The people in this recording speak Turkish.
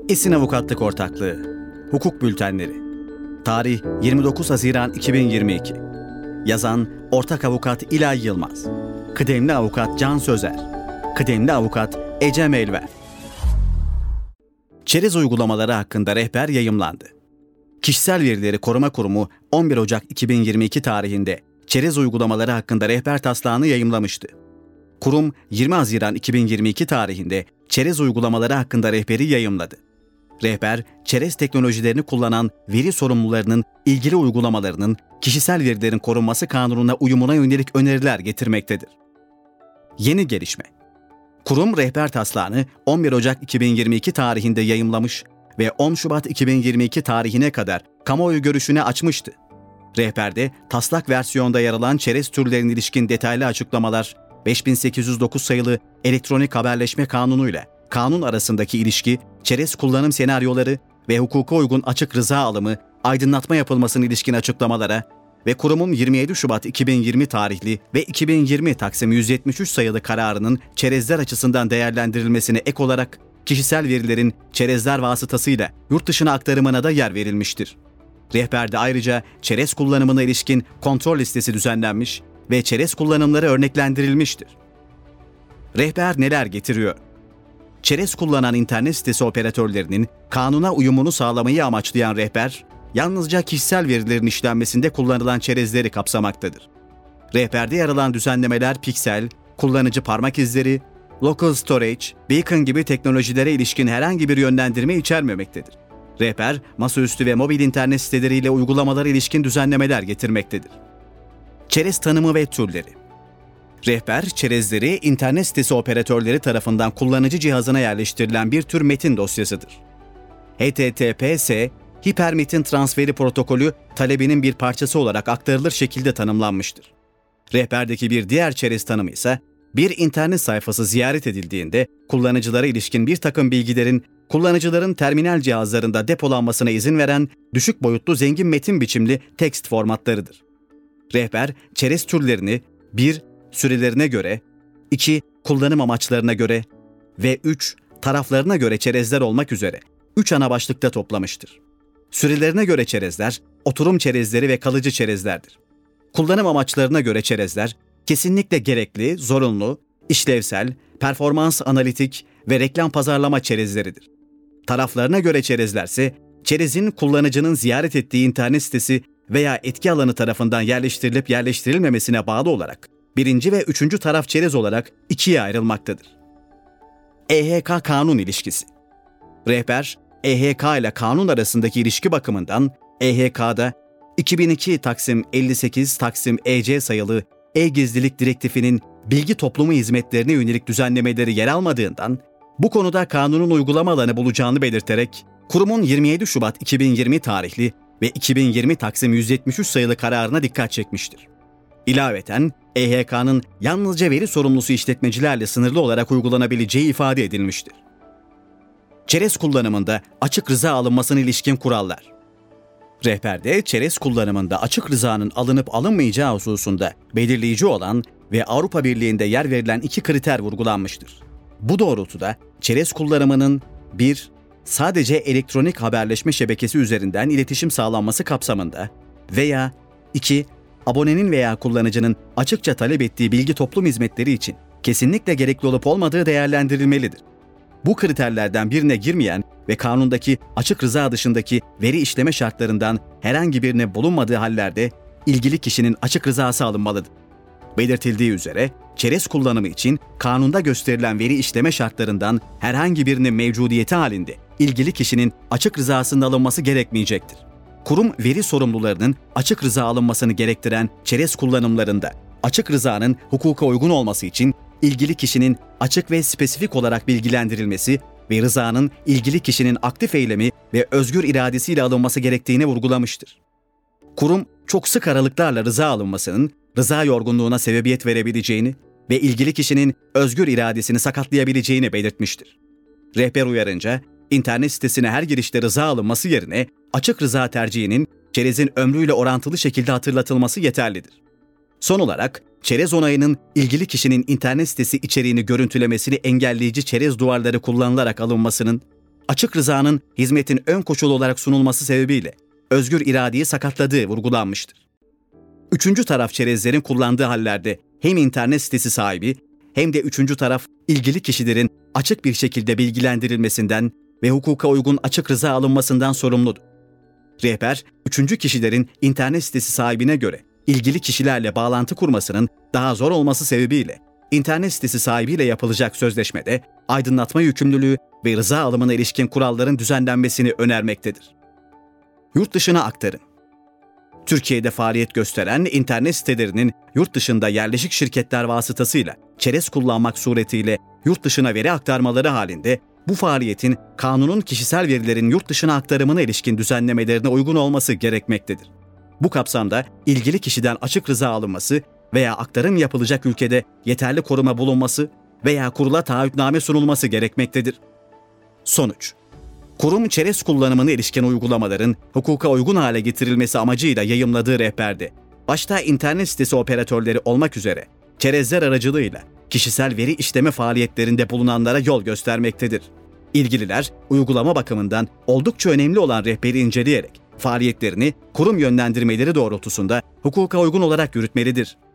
Esin Avukatlık Ortaklığı Hukuk Bültenleri Tarih 29 Haziran 2022 Yazan Ortak Avukat İlay Yılmaz, Kıdemli Avukat Can Sözer, Kıdemli Avukat Ecem Elver. Çerez uygulamaları hakkında rehber yayımlandı. Kişisel Verileri Koruma Kurumu 11 Ocak 2022 tarihinde çerez uygulamaları hakkında rehber taslağını yayımlamıştı. Kurum 20 Haziran 2022 tarihinde çerez uygulamaları hakkında rehberi yayımladı. Rehber, çerez teknolojilerini kullanan veri sorumlularının ilgili uygulamalarının kişisel verilerin korunması kanununa uyumuna yönelik öneriler getirmektedir. Yeni gelişme. Kurum rehber taslağını 11 Ocak 2022 tarihinde yayımlamış ve 10 Şubat 2022 tarihine kadar kamuoyu görüşüne açmıştı. Rehberde taslak versiyonda yer alan çerez türlerine ilişkin detaylı açıklamalar, 5809 sayılı Elektronik Haberleşme Kanunu ile kanun arasındaki ilişki, çerez kullanım senaryoları ve hukuka uygun açık rıza alımı, aydınlatma yapılmasına ilişkin açıklamalara ve kurumun 27 Şubat 2020 tarihli ve 2020 Taksim 173 sayılı kararının çerezler açısından değerlendirilmesine ek olarak kişisel verilerin çerezler vasıtasıyla yurt dışına aktarımına da yer verilmiştir. Rehberde ayrıca çerez kullanımına ilişkin kontrol listesi düzenlenmiş ve çerez kullanımları örneklendirilmiştir. Rehber neler getiriyor? Çerez kullanan internet sitesi operatörlerinin kanuna uyumunu sağlamayı amaçlayan rehber, yalnızca kişisel verilerin işlenmesinde kullanılan çerezleri kapsamaktadır. Rehberde yer alan düzenlemeler piksel, kullanıcı parmak izleri, local storage, beacon gibi teknolojilere ilişkin herhangi bir yönlendirme içermemektedir. Rehber, masaüstü ve mobil internet siteleriyle uygulamalara ilişkin düzenlemeler getirmektedir. Çerez tanımı ve türleri. Rehber, çerezleri internet sitesi operatörleri tarafından kullanıcı cihazına yerleştirilen bir tür metin dosyasıdır. HTTPS, hipermetin transferi protokolü talebinin bir parçası olarak aktarılır şekilde tanımlanmıştır. Rehberdeki bir diğer çerez tanımı ise, bir internet sayfası ziyaret edildiğinde kullanıcılara ilişkin bir takım bilgilerin kullanıcıların terminal cihazlarında depolanmasına izin veren düşük boyutlu zengin metin biçimli text formatlarıdır. Rehber, çerez türlerini 1. Sürelerine göre, 2. Kullanım amaçlarına göre ve 3. Taraflarına göre çerezler olmak üzere 3 ana başlıkta toplamıştır. Sürelerine göre çerezler, oturum çerezleri ve kalıcı çerezlerdir. Kullanım amaçlarına göre çerezler, kesinlikle gerekli, zorunlu, işlevsel, performans analitik ve reklam pazarlama çerezleridir. Taraflarına göre çerezlerse, çerezin kullanıcının ziyaret ettiği internet sitesi veya etki alanı tarafından yerleştirilip yerleştirilmemesine bağlı olarak birinci ve üçüncü taraf çerez olarak ikiye ayrılmaktadır. EHK kanun ilişkisi. Rehber, EHK ile kanun arasındaki ilişki bakımından EHK'da 2002 Taksim 58 Taksim EC sayılı e-gizlilik direktifinin bilgi toplumu hizmetlerine yönelik düzenlemeleri yer almadığından bu konuda kanunun uygulama alanı bulacağını belirterek kurumun 27 Şubat 2020 tarihli ve 2020 Taksim 173 sayılı kararına dikkat çekmiştir. İlaveten EHK'nın yalnızca veri sorumlusu işletmecilerle sınırlı olarak uygulanabileceği ifade edilmiştir. Çerez kullanımında açık rıza alınmasına ilişkin kurallar. Rehberde çerez kullanımında açık rızanın alınıp alınmayacağı hususunda belirleyici olan ve Avrupa Birliği'nde yer verilen 2 kriter vurgulanmıştır. Bu doğrultuda çerez kullanımının 1. Sadece elektronik haberleşme şebekesi üzerinden iletişim sağlanması kapsamında veya 2. Abonenin veya kullanıcının açıkça talep ettiği bilgi toplum hizmetleri için kesinlikle gerekli olup olmadığı değerlendirilmelidir. Bu kriterlerden birine girmeyen ve kanundaki açık rıza dışındaki veri işleme şartlarından herhangi birine bulunmadığı hallerde ilgili kişinin açık rızası alınmalıdır. Belirtildiği üzere, çerez kullanımı için kanunda gösterilen veri işleme şartlarından herhangi birinin mevcudiyeti halinde ilgili kişinin açık rızasının alınması gerekmeyecektir. Kurum veri sorumlularının açık rıza alınmasını gerektiren çerez kullanımlarında açık rızanın hukuka uygun olması için ilgili kişinin açık ve spesifik olarak bilgilendirilmesi ve rızanın ilgili kişinin aktif eylemi ve özgür iradesiyle alınması gerektiğini vurgulamıştır. Kurum çok sık aralıklarla rıza alınmasının rıza yorgunluğuna sebebiyet verebileceğini ve ilgili kişinin özgür iradesini sakatlayabileceğini belirtmiştir. Rehber uyarınca, internet sitesine her girişte rıza alınması yerine açık rıza tercihinin çerezin ömrüyle orantılı şekilde hatırlatılması yeterlidir. Son olarak, çerez onayının ilgili kişinin internet sitesi içeriğini görüntülemesini engelleyici çerez duvarları kullanılarak alınmasının, açık rızanın hizmetin ön koşulu olarak sunulması sebebiyle özgür iradeyi sakatladığı vurgulanmıştır. Üçüncü taraf çerezlerin kullandığı hallerde hem internet sitesi sahibi hem de üçüncü taraf ilgili kişilerin açık bir şekilde bilgilendirilmesinden ve hukuka uygun açık rıza alınmasından sorumludur. Rehber, üçüncü kişilerin internet sitesi sahibine göre ilgili kişilerle bağlantı kurmasının daha zor olması sebebiyle internet sitesi sahibiyle yapılacak sözleşmede aydınlatma yükümlülüğü ve rıza alımına ilişkin kuralların düzenlenmesini önermektedir. Yurt dışına aktarım. Türkiye'de faaliyet gösteren internet sitelerinin yurt dışında yerleşik şirketler vasıtasıyla çerez kullanmak suretiyle yurt dışına veri aktarmaları halinde bu faaliyetin kanunun kişisel verilerin yurt dışına aktarımına ilişkin düzenlemelerine uygun olması gerekmektedir. Bu kapsamda ilgili kişiden açık rıza alınması veya aktarım yapılacak ülkede yeterli koruma bulunması veya kurula taahhütname sunulması gerekmektedir. Sonuç: kurum çerez kullanımına ilişkin uygulamaların hukuka uygun hale getirilmesi amacıyla yayımladığı rehberde, başta internet sitesi operatörleri olmak üzere çerezler aracılığıyla kişisel veri işleme faaliyetlerinde bulunanlara yol göstermektedir. İlgililer, uygulama bakımından oldukça önemli olan rehberi inceleyerek faaliyetlerini kurum yönlendirmeleri doğrultusunda hukuka uygun olarak yürütmelidir.